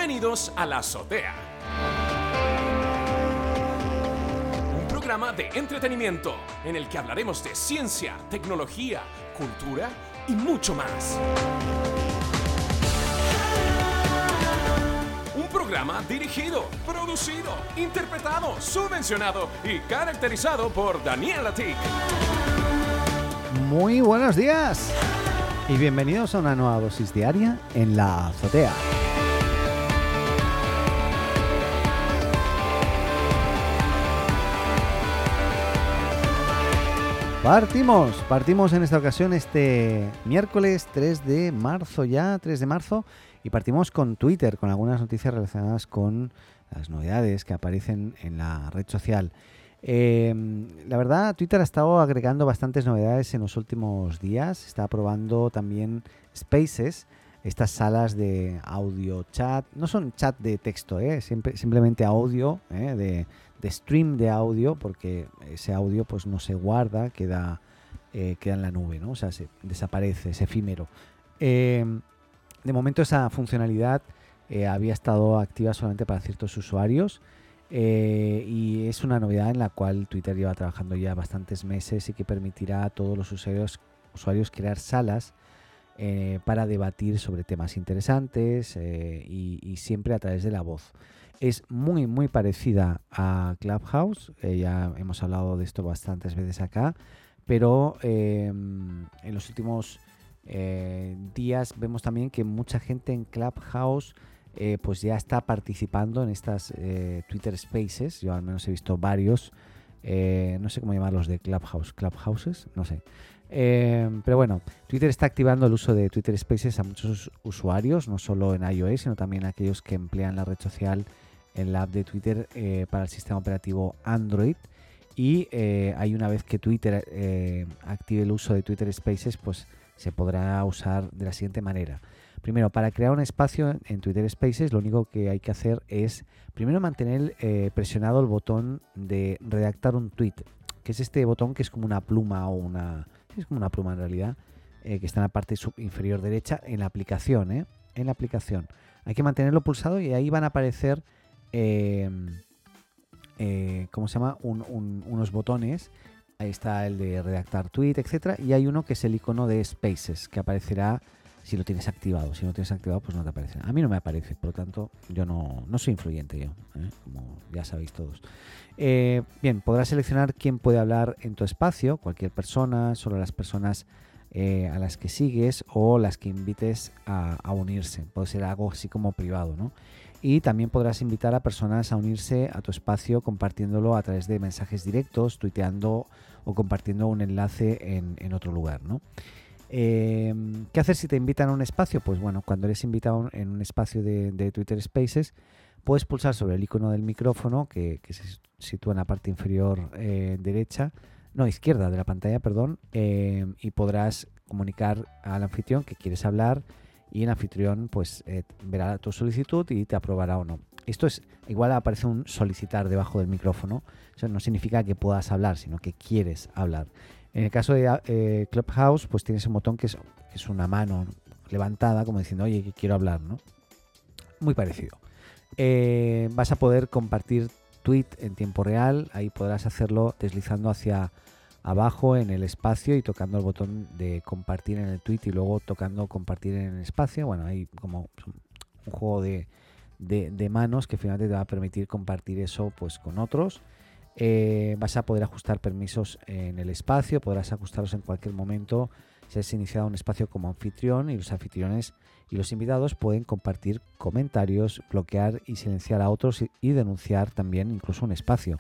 Bienvenidos a La Azotea. Un programa de entretenimiento en el que hablaremos de ciencia, tecnología, cultura y mucho más. Un programa dirigido, producido, interpretado, subvencionado y caracterizado por Daniel Atik. Muy buenos días y bienvenidos a una nueva dosis diaria en La Azotea. Partimos en esta ocasión este miércoles 3 de marzo, y partimos con Twitter, con algunas noticias relacionadas con las novedades que aparecen en la red social. La verdad, Twitter ha estado agregando bastantes novedades en los últimos días. Está probando también Spaces, estas salas de audio chat. No son chat de texto, simplemente audio, de stream de audio, porque ese audio pues no se guarda, queda en la nube, ¿no? O sea, desaparece, es efímero. De momento esa funcionalidad había estado activa solamente para ciertos usuarios. Y es una novedad en la cual Twitter lleva trabajando ya bastantes meses y que permitirá a todos los usuarios crear salas para debatir sobre temas interesantes y siempre a través de la voz. Es muy muy parecida a Clubhouse, ya hemos hablado de esto bastantes veces acá, pero en los últimos días vemos también que mucha gente en Clubhouse pues ya está participando en estas Twitter Spaces. Yo al menos he visto varios, no sé cómo llamarlos, de Clubhouses, no sé. Pero bueno, Twitter está activando el uso de Twitter Spaces a muchos usuarios, no solo en iOS, sino también a aquellos que emplean la red social en la app de Twitter para el sistema operativo Android. Y hay una vez que Twitter active el uso de Twitter Spaces, pues se podrá usar de la siguiente manera. Primero, para crear un espacio en Twitter Spaces, lo único que hay que hacer es primero mantener presionado el botón de redactar un tweet, que es este botón que es como una pluma es como una pluma en realidad, que está en la parte inferior derecha en la aplicación, en la aplicación. Hay que mantenerlo pulsado y ahí van a aparecer, ¿cómo se llama? Unos botones. Ahí está el de redactar tweet, etcétera, y hay uno que es el icono de Spaces, que aparecerá si lo tienes activado. Si no tienes activado, pues no te aparece. A mí no me aparece, por lo tanto, yo no soy influyente, como ya sabéis todos. Bien, podrás seleccionar quién puede hablar en tu espacio, cualquier persona, solo las personas a las que sigues o las que invites a unirse. Puede ser algo así como privado, ¿no? Y también podrás invitar a personas a unirse a tu espacio compartiéndolo a través de mensajes directos, tuiteando o compartiendo un enlace en otro lugar, ¿no? ¿Qué hacer si te invitan a un espacio? Pues bueno, cuando eres invitado en un espacio de Twitter Spaces, puedes pulsar sobre el icono del micrófono que se sitúa en la parte inferior izquierda de la pantalla, y podrás comunicar al anfitrión que quieres hablar y el anfitrión pues verá tu solicitud y te aprobará o no. Esto es igual, aparece un solicitar debajo del micrófono. Eso no significa que puedas hablar, sino que quieres hablar. En el caso de Clubhouse, pues tienes un botón que es una mano levantada, como diciendo, oye, que quiero hablar, ¿no? Muy parecido. Vas a poder compartir tweet en tiempo real. Ahí podrás hacerlo deslizando hacia abajo en el espacio y tocando el botón de compartir en el tweet y luego tocando compartir en el espacio. Bueno, hay como un juego de manos que finalmente te va a permitir compartir eso pues con otros. Vas a poder ajustar permisos en el espacio, podrás ajustarlos en cualquier momento. Si has iniciado un espacio como anfitrión, y los anfitriones y los invitados pueden compartir comentarios, bloquear y silenciar a otros y denunciar también incluso un espacio.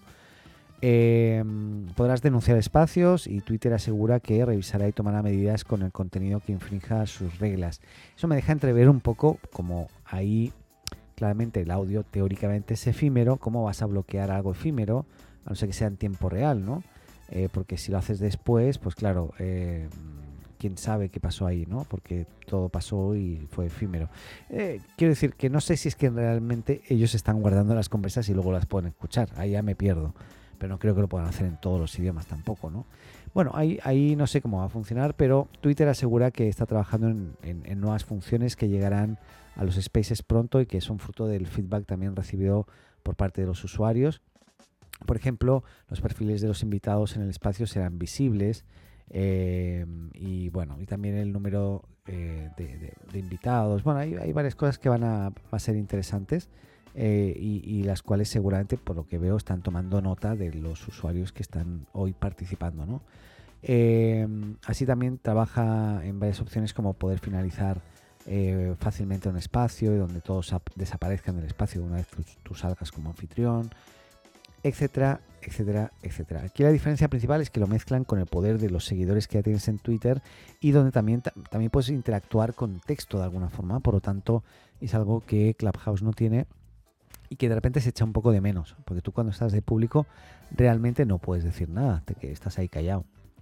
Podrás denunciar espacios y Twitter asegura que revisará y tomará medidas con el contenido que infrinja sus reglas. Eso me deja entrever un poco, como ahí claramente el audio teóricamente es efímero, cómo vas a bloquear algo efímero, a no ser que sea en tiempo real, ¿no? Porque si lo haces después, pues claro, quién sabe qué pasó ahí, ¿no? Porque todo pasó y fue efímero. Quiero decir que no sé si es que realmente ellos están guardando las conversas y luego las pueden escuchar. Ahí ya me pierdo. Pero no creo que lo puedan hacer en todos los idiomas tampoco, ¿no? Bueno, ahí no sé cómo va a funcionar, pero Twitter asegura que está trabajando en nuevas funciones que llegarán a los Spaces pronto y que son fruto del feedback también recibido por parte de los usuarios. Por ejemplo, los perfiles de los invitados en el espacio serán visibles y también el número de invitados. Bueno, hay varias cosas que van a ser interesantes y las cuales seguramente, por lo que veo, están tomando nota de los usuarios que están hoy participando, ¿no? Así también trabaja en varias opciones como poder finalizar fácilmente un espacio y donde todos desaparezcan del espacio una vez tú salgas como anfitrión, etcétera, etcétera, etcétera. Aquí la diferencia principal es que lo mezclan con el poder de los seguidores que ya tienes en Twitter y donde también puedes interactuar con texto de alguna forma. Por lo tanto, es algo que Clubhouse no tiene y que de repente se echa un poco de menos, porque tú cuando estás de público realmente no puedes decir nada, de que estás ahí callado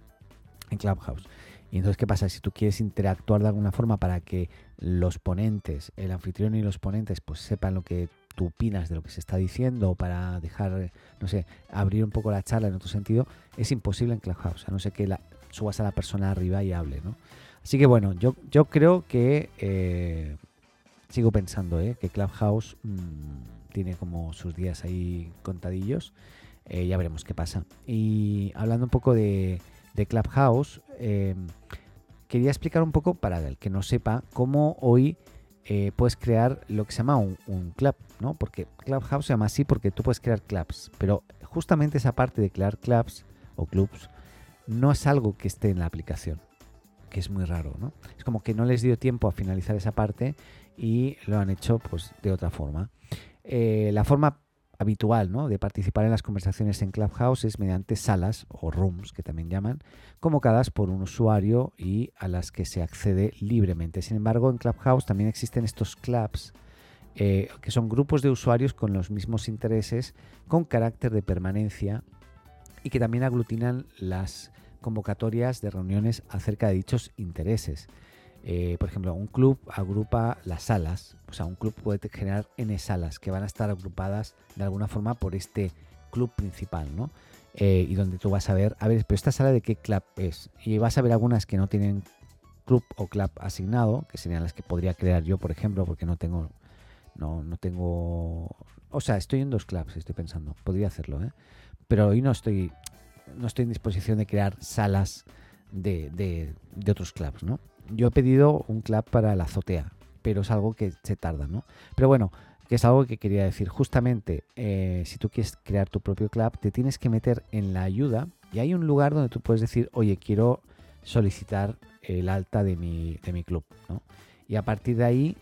en Clubhouse. Y entonces, ¿qué pasa? Si tú quieres interactuar de alguna forma para que los ponentes, el anfitrión y los ponentes, pues sepan lo que tú opinas de lo que se está diciendo, o para dejar, no sé, abrir un poco la charla en otro sentido, es imposible en Clubhouse, a no ser que subas a la persona arriba y hable, ¿no? Así que bueno, yo creo que sigo pensando que Clubhouse tiene como sus días ahí contadillos. Ya veremos qué pasa. Y hablando un poco de Clubhouse, quería explicar un poco, para el que no sepa, cómo hoy puedes crear lo que se llama un club, ¿no? Porque Clubhouse se llama así porque tú puedes crear clubs, pero justamente esa parte de crear clubs o clubs no es algo que esté en la aplicación, que es muy raro, ¿no? Es como que no les dio tiempo a finalizar esa parte y lo han hecho pues de otra forma. La forma habitual, ¿no?, de participar en las conversaciones en Clubhouse es mediante salas o rooms, que también llaman, convocadas por un usuario y a las que se accede libremente. Sin embargo, en Clubhouse también existen estos clubs, que son grupos de usuarios con los mismos intereses, con carácter de permanencia y que también aglutinan las convocatorias de reuniones acerca de dichos intereses. Por ejemplo, un club agrupa las salas, o sea, un club puede generar N salas que van a estar agrupadas de alguna forma por este club principal, ¿no? Y donde tú vas a ver, pero esta sala de qué club es. Y vas a ver algunas que no tienen club o club asignado, que serían las que podría crear yo, por ejemplo, porque no tengo, o sea, estoy en 2 clubs, estoy pensando, podría hacerlo, pero hoy no estoy en disposición de crear salas de otros clubs, ¿no? Yo he pedido un club para la azotea, pero es algo que se tarda, ¿no? Pero bueno, que es algo que quería decir. Justamente, si tú quieres crear tu propio club, te tienes que meter en la ayuda y hay un lugar donde tú puedes decir, oye, quiero solicitar el alta de mi club, ¿no? Y a partir de ahí,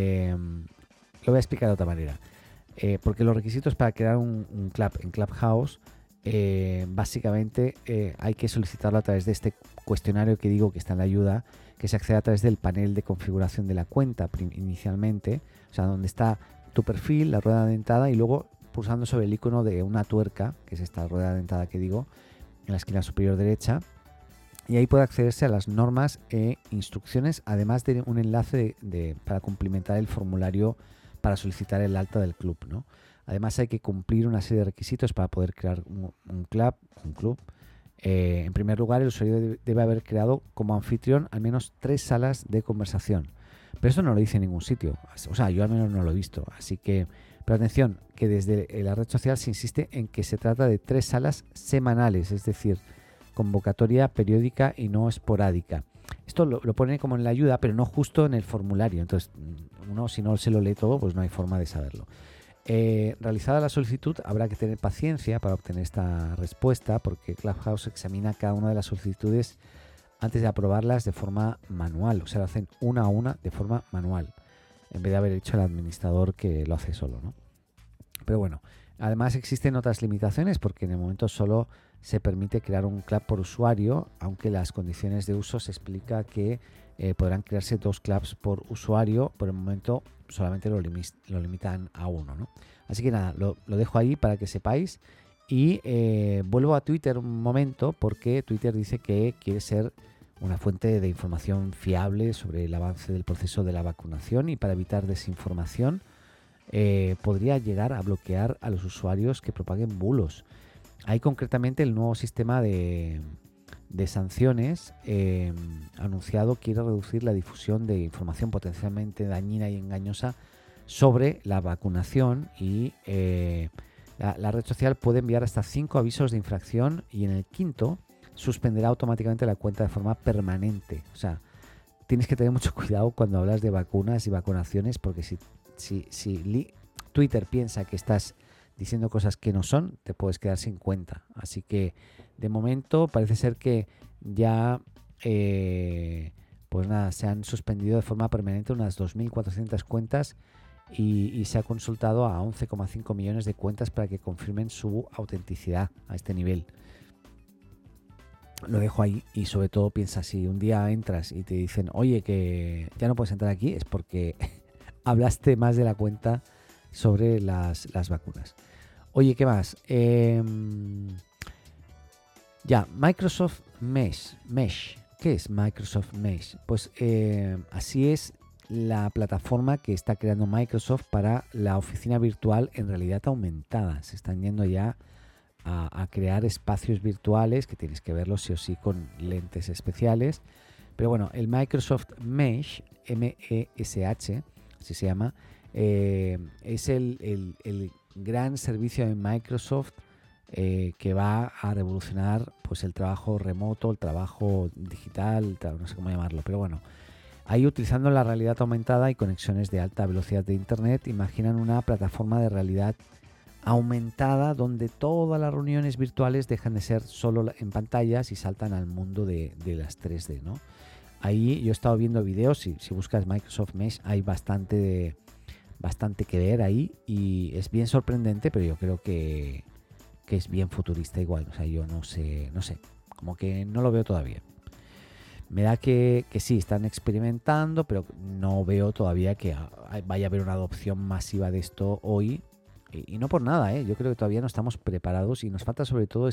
lo voy a explicar de otra manera. Porque los requisitos para crear un club en Clubhouse, básicamente hay que solicitarlo a través de este cuestionario que digo que está en la ayuda, que se accede a través del panel de configuración de la cuenta inicialmente, o sea, donde está tu perfil, la rueda dentada, y luego pulsando sobre el icono de una tuerca, que es esta rueda dentada que digo, en la esquina superior derecha, y ahí puede accederse a las normas e instrucciones, además de un enlace para cumplimentar el formulario para solicitar el alta del club, ¿no? Además hay que cumplir una serie de requisitos para poder crear un club. En primer lugar, el usuario debe haber creado como anfitrión al menos 3 salas de conversación. Pero esto no lo dice en ningún sitio. O sea, yo al menos no lo he visto. Así que, pero atención, que desde la red social se insiste en que se trata de 3 salas semanales, es decir, convocatoria periódica y no esporádica. Esto lo pone como en la ayuda, pero no justo en el formulario. Entonces, uno si no se lo lee todo, pues no hay forma de saberlo. Realizada la solicitud, habrá que tener paciencia para obtener esta respuesta, porque Clubhouse examina cada una de las solicitudes antes de aprobarlas de forma manual, o sea, lo hacen una a una de forma manual, en vez de haber hecho el administrador que lo hace solo, ¿no? Pero bueno, además existen otras limitaciones, porque en el momento solo se permite crear un club por usuario, aunque las condiciones de uso se explica que podrán crearse 2 clubs por usuario. Por el momento solamente lo limitan a 1, ¿no? Así que nada, lo dejo ahí para que sepáis. Y vuelvo a Twitter un momento, porque Twitter dice que quiere ser una fuente de información fiable sobre el avance del proceso de la vacunación, y para evitar desinformación podría llegar a bloquear a los usuarios que propaguen bulos. Hay concretamente el nuevo sistema de de sanciones, ha anunciado que quiere reducir la difusión de información potencialmente dañina y engañosa sobre la vacunación y la red social puede enviar hasta 5 avisos de infracción y en el quinto suspenderá automáticamente la cuenta de forma permanente. O sea, tienes que tener mucho cuidado cuando hablas de vacunas y vacunaciones, porque si Twitter piensa que estás diciendo cosas que no son, te puedes quedar sin cuenta. Así que de momento parece ser que ya pues nada, se han suspendido de forma permanente unas 2.400 cuentas y se ha consultado a 11,5 millones de cuentas para que confirmen su autenticidad a este nivel. Lo dejo ahí y sobre todo piensa, si un día entras y te dicen, oye, que ya no puedes entrar aquí, es porque hablaste más de la cuenta sobre las vacunas. Oye, ¿qué más? Microsoft Mesh. ¿Qué es Microsoft Mesh? Pues así es la plataforma que está creando Microsoft para la oficina virtual en realidad aumentada. Se están yendo ya a crear espacios virtuales que tienes que verlos sí o sí con lentes especiales. Pero bueno, el Microsoft Mesh, M-E-S-H, así se llama, es el gran servicio de Microsoft que va a revolucionar pues el trabajo remoto, el trabajo digital, no sé cómo llamarlo, pero bueno. Ahí, utilizando la realidad aumentada y conexiones de alta velocidad de Internet, imaginan una plataforma de realidad aumentada donde todas las reuniones virtuales dejan de ser solo en pantallas y saltan al mundo de las 3D, ¿no? Ahí yo he estado viendo vídeos, si buscas Microsoft Mesh hay bastante que ver ahí y es bien sorprendente, pero yo creo que es bien futurista igual. O sea, yo no sé, como que no lo veo todavía. Me da que sí, están experimentando, pero no veo todavía que vaya a haber una adopción masiva de esto hoy. Y no por nada, yo creo que todavía no estamos preparados y nos falta sobre todo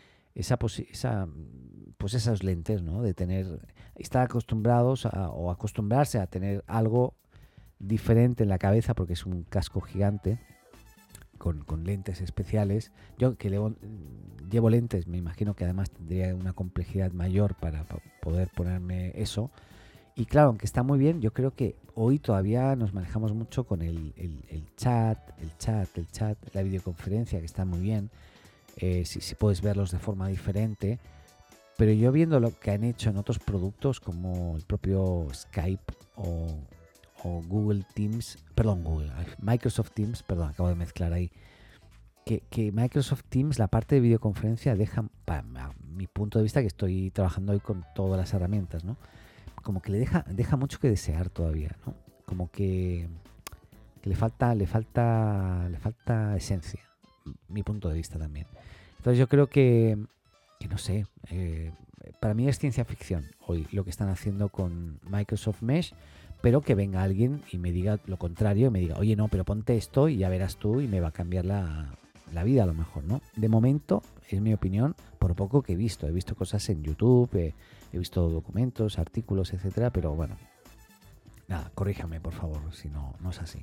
esas lentes, ¿no? De estar acostumbrados o acostumbrarse a tener algo diferente en la cabeza, porque es un casco gigante con lentes especiales. Yo que llevo lentes, me imagino que además tendría una complejidad mayor para poder ponerme eso. Y claro, aunque está muy bien, yo creo que hoy todavía nos manejamos mucho con el chat, la videoconferencia, que está muy bien. Si puedes verlos de forma diferente. Pero yo viendo lo que han hecho en otros productos como el propio Skype o Google Teams, Microsoft Teams, acabo de mezclar ahí, que Microsoft Teams, la parte de videoconferencia, deja, para mi punto de vista, que estoy trabajando hoy con todas las herramientas, ¿no? Como que le deja mucho que desear todavía, ¿no? Como que le falta esencia, mi punto de vista también. Entonces yo creo que no sé, para mí es ciencia ficción hoy lo que están haciendo con Microsoft Mesh, pero que venga alguien y me diga lo contrario, y me diga, oye, no, pero ponte esto y ya verás tú, y me va a cambiar la vida a lo mejor, ¿no? De momento, es mi opinión, por poco que he visto cosas en YouTube, he visto documentos, artículos, etcétera, pero bueno, nada, corríjame por favor si no es así.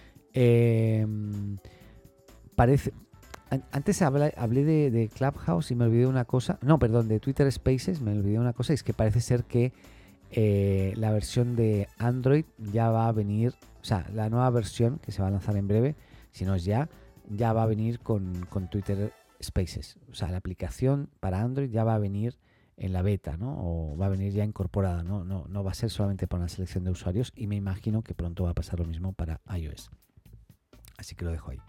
Parece... Antes hablé de Clubhouse y me olvidé una cosa. No, perdón, de Twitter Spaces me olvidé una cosa. Es que parece ser que la versión de Android ya va a venir. O sea, la nueva versión que se va a lanzar en breve, si no es ya va a venir con Twitter Spaces. O sea, la aplicación para Android ya va a venir en la beta, ¿no? O va a venir ya incorporada, ¿no? No va a ser solamente para una selección de usuarios. Y me imagino que pronto va a pasar lo mismo para iOS. Así que lo dejo ahí.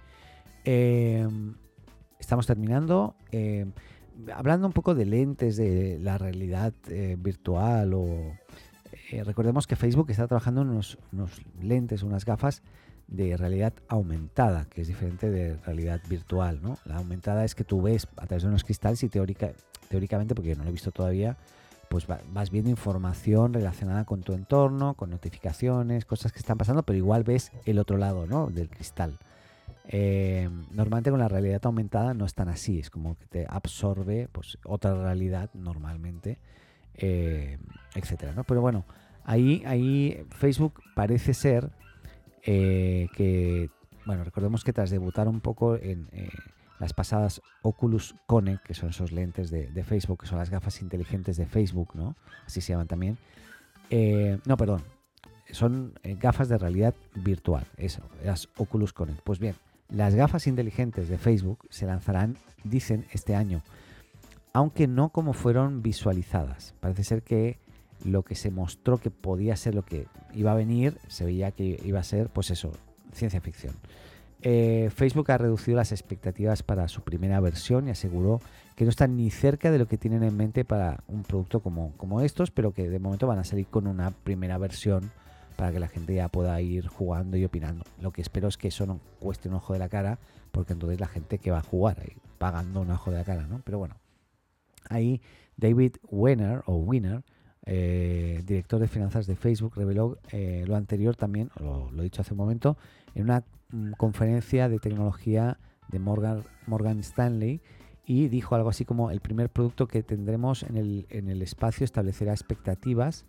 Estamos terminando. Hablando un poco de lentes, de la realidad virtual, recordemos que Facebook está trabajando en unos lentes, unas gafas de realidad aumentada, que es diferente de realidad virtual, ¿no? La aumentada es que tú ves a través de unos cristales y teóricamente, porque yo no lo he visto todavía, pues vas viendo información relacionada con tu entorno, con notificaciones, cosas que están pasando, pero igual ves el otro lado, ¿no? Del cristal. Normalmente con la realidad aumentada no es tan así, es como que te absorbe pues otra realidad normalmente, etcétera, ¿no? Pero bueno, ahí Facebook parece ser que, bueno, recordemos que tras debutar un poco las pasadas Oculus Connect, que son esos lentes de Facebook, que son las gafas inteligentes de Facebook, ¿no? Así se llaman también. No, perdón, son gafas de realidad virtual, eso, las Oculus Connect. Pues bien, las gafas inteligentes de Facebook se lanzarán, dicen, este año, aunque no como fueron visualizadas. Parece ser que lo que se mostró que podía ser lo que iba a venir, se veía que iba a ser, pues eso, ciencia ficción. Facebook ha reducido las expectativas para su primera versión y aseguró que no están ni cerca de lo que tienen en mente para un producto como estos, pero que de momento van a salir con una primera versión para que la gente ya pueda ir jugando y opinando. Lo que espero es que eso no cueste un ojo de la cara, porque entonces la gente que va a jugar pagando un ojo de la cara, ¿no? Pero bueno, ahí David Weiner, director de finanzas de Facebook, reveló lo anterior también, lo he dicho hace un momento, en una conferencia de tecnología de Morgan Stanley, y dijo algo así como: el primer producto que tendremos en el espacio establecerá expectativas.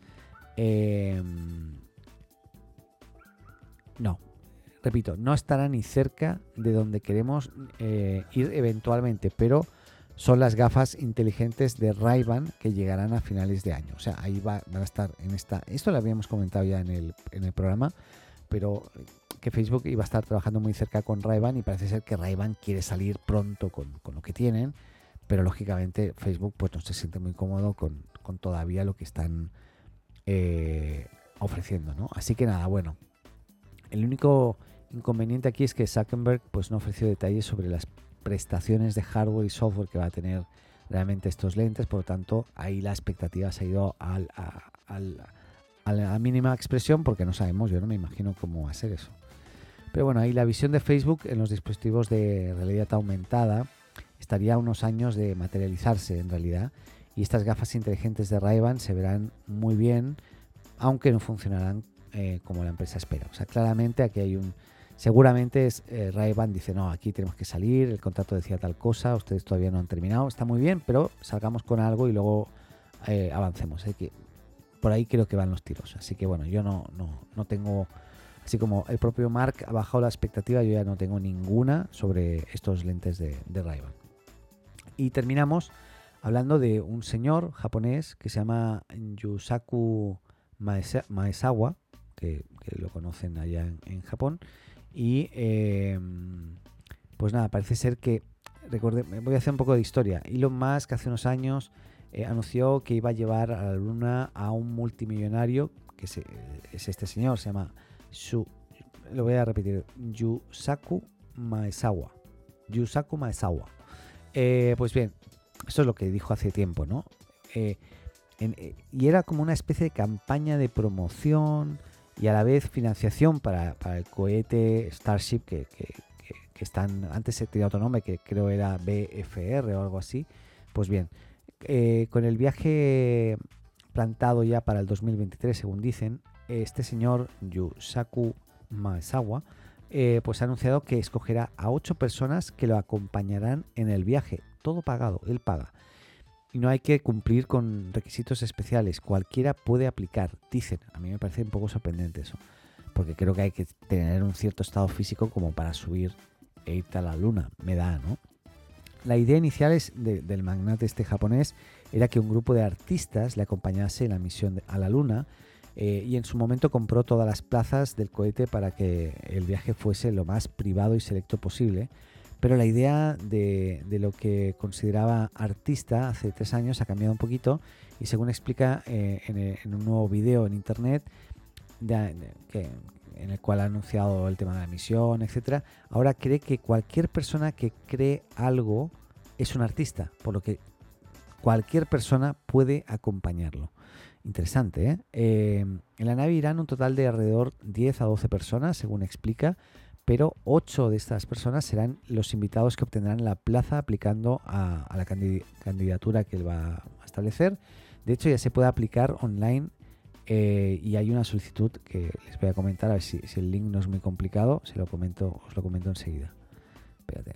No estará ni cerca de donde queremos ir eventualmente, pero son las gafas inteligentes de Ray-Ban que llegarán a finales de año. O sea, ahí van a estar en esta... Esto lo habíamos comentado ya en el programa, pero que Facebook iba a estar trabajando muy cerca con Ray-Ban, y parece ser que Ray-Ban quiere salir pronto con lo que tienen, pero lógicamente Facebook pues no se siente muy cómodo con todavía lo que están ofreciendo, ¿no? Así que nada, bueno. El único inconveniente aquí es que Zuckerberg pues no ofreció detalles sobre las prestaciones de hardware y software que va a tener realmente estos lentes, por lo tanto ahí la expectativa se ha ido a la mínima expresión, porque no sabemos, yo no me imagino cómo va a ser eso. Pero bueno, ahí la visión de Facebook en los dispositivos de realidad aumentada estaría a unos años de materializarse en realidad, y estas gafas inteligentes de Ray-Ban se verán muy bien, aunque no funcionarán como la empresa espera. O sea, claramente aquí hay seguramente Ray-Ban dice: no, aquí tenemos que salir, el contrato decía tal cosa, ustedes todavía no han terminado, está muy bien, pero salgamos con algo y luego avancemos. Que por ahí creo que van los tiros. Así que bueno, yo no tengo, así como el propio Mark ha bajado la expectativa, yo ya no tengo ninguna sobre estos lentes de Ray-Ban. Y terminamos hablando de un señor japonés que se llama Yusaku Maezawa, que lo conocen allá en Japón. Y pues nada, parece ser que, voy a hacer un poco de historia. Elon Musk hace unos años anunció que iba a llevar a la Luna a un multimillonario, que es este señor, se llama lo voy a repetir, Yusaku Maezawa. Pues bien, eso es lo que dijo hace tiempo, ¿no? Y era como una especie de campaña de promoción y a la vez financiación para el cohete Starship que están, antes se tenía otro nombre que creo era BFR o algo así. Pues bien, con el viaje plantado ya para el 2023, según dicen, este señor Yusaku Maezawa pues ha anunciado que escogerá a 8 personas que lo acompañarán en el viaje, todo pagado, él paga. Y no hay que cumplir con requisitos especiales, cualquiera puede aplicar, dicen. A mí me parece un poco sorprendente eso, porque creo que hay que tener un cierto estado físico como para subir e irte a la luna, me da, ¿no? La idea inicial del magnate este japonés era que un grupo de artistas le acompañase en la misión a la luna, y en su momento compró todas las plazas del cohete para que el viaje fuese lo más privado y selecto posible. Pero la idea de lo que consideraba artista hace 3 años ha cambiado un poquito, y según explica en un nuevo video en internet en el cual ha anunciado el tema de la misión, etcétera, ahora cree que cualquier persona que cree algo es un artista, por lo que cualquier persona puede acompañarlo. Interesante, ¿eh? En la nave irán un total de alrededor 10 a 12 personas, según explica, pero 8 de estas personas serán los invitados que obtendrán la plaza aplicando a la candidatura que él va a establecer. De hecho, ya se puede aplicar online, y hay una solicitud que les voy a comentar, a ver si el link no es muy complicado, os lo comento enseguida. Espérate.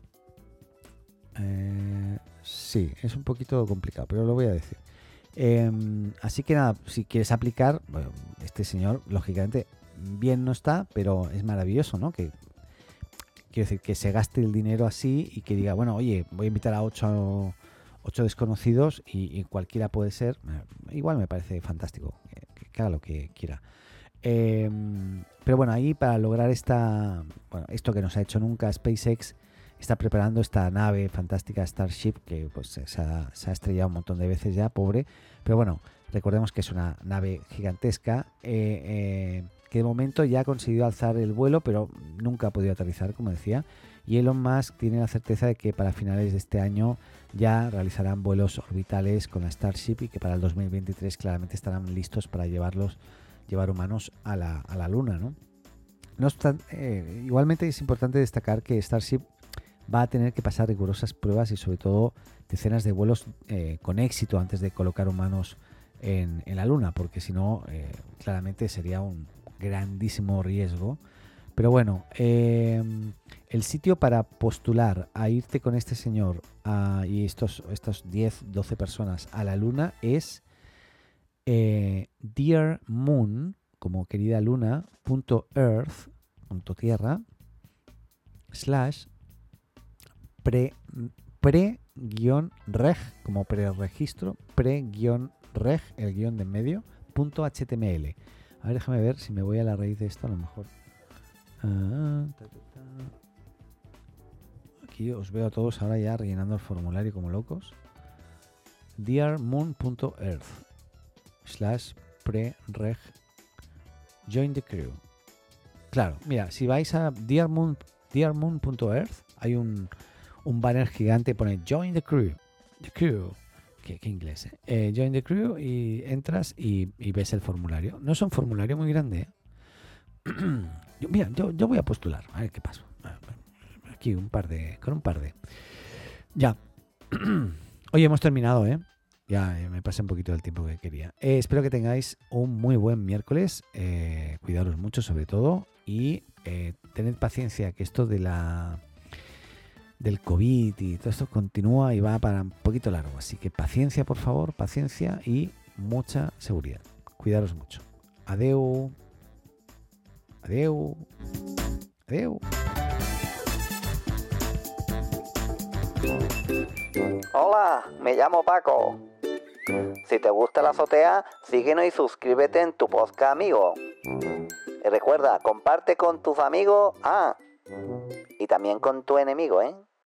Sí, es un poquito complicado, pero lo voy a decir. Así que nada, si quieres aplicar, bueno, este señor, lógicamente, bien no está, pero es maravilloso, ¿no? Que quiero decir, que se gaste el dinero así y que diga, bueno, oye, voy a invitar a 8 desconocidos y cualquiera puede ser. Igual me parece fantástico, que haga lo que quiera. Pero bueno, ahí para lograr esto que no se ha hecho nunca, SpaceX está preparando esta nave fantástica Starship que pues se ha estrellado un montón de veces ya, pobre. Pero bueno, recordemos que es una nave gigantesca que de momento ya ha conseguido alzar el vuelo, pero nunca ha podido aterrizar, como decía. Y Elon Musk tiene la certeza de que para finales de este año ya realizarán vuelos orbitales con la Starship y que para el 2023 claramente estarán listos para llevar humanos a la Luna, ¿no? No obstante, igualmente es importante destacar que Starship va a tener que pasar rigurosas pruebas y sobre todo decenas de vuelos con éxito antes de colocar humanos en la Luna, porque si no, claramente sería un grandísimo riesgo. Pero bueno, el sitio para postular a irte con este señor y estos 10, 12 personas a la Luna es Dear Moon, como querida Luna, .earth, .tierra, / pre-reg, como preregistro, pre-reg, el guión de en medio, .html. A ver, déjame ver si me voy a la raíz de esto, a lo mejor. Aquí os veo a todos ahora ya rellenando el formulario como locos. dearmoon.earth / pre-reg join the crew. Claro, mira, si vais a dearmoon.earth hay un banner gigante, pone join the crew. The crew. Qué inglés, join the crew y entras y ves el formulario. No es un formulario muy grande, Yo voy a postular, a ver qué pasa. Aquí con un par de. Ya. Hoy hemos terminado, Ya me pasé un poquito del tiempo que quería. Espero que tengáis un muy buen miércoles. Cuidaros mucho sobre todo. Y tened paciencia que esto del COVID y todo esto continúa y va para un poquito largo. Así que paciencia, por favor, paciencia y mucha seguridad. Cuidaros mucho. Adeu. Adeu. Adeu. Hola, me llamo Paco. Si te gusta la azotea, síguenos y suscríbete en tu podcast amigo. Y recuerda, comparte con tus amigos, y también con tu enemigo,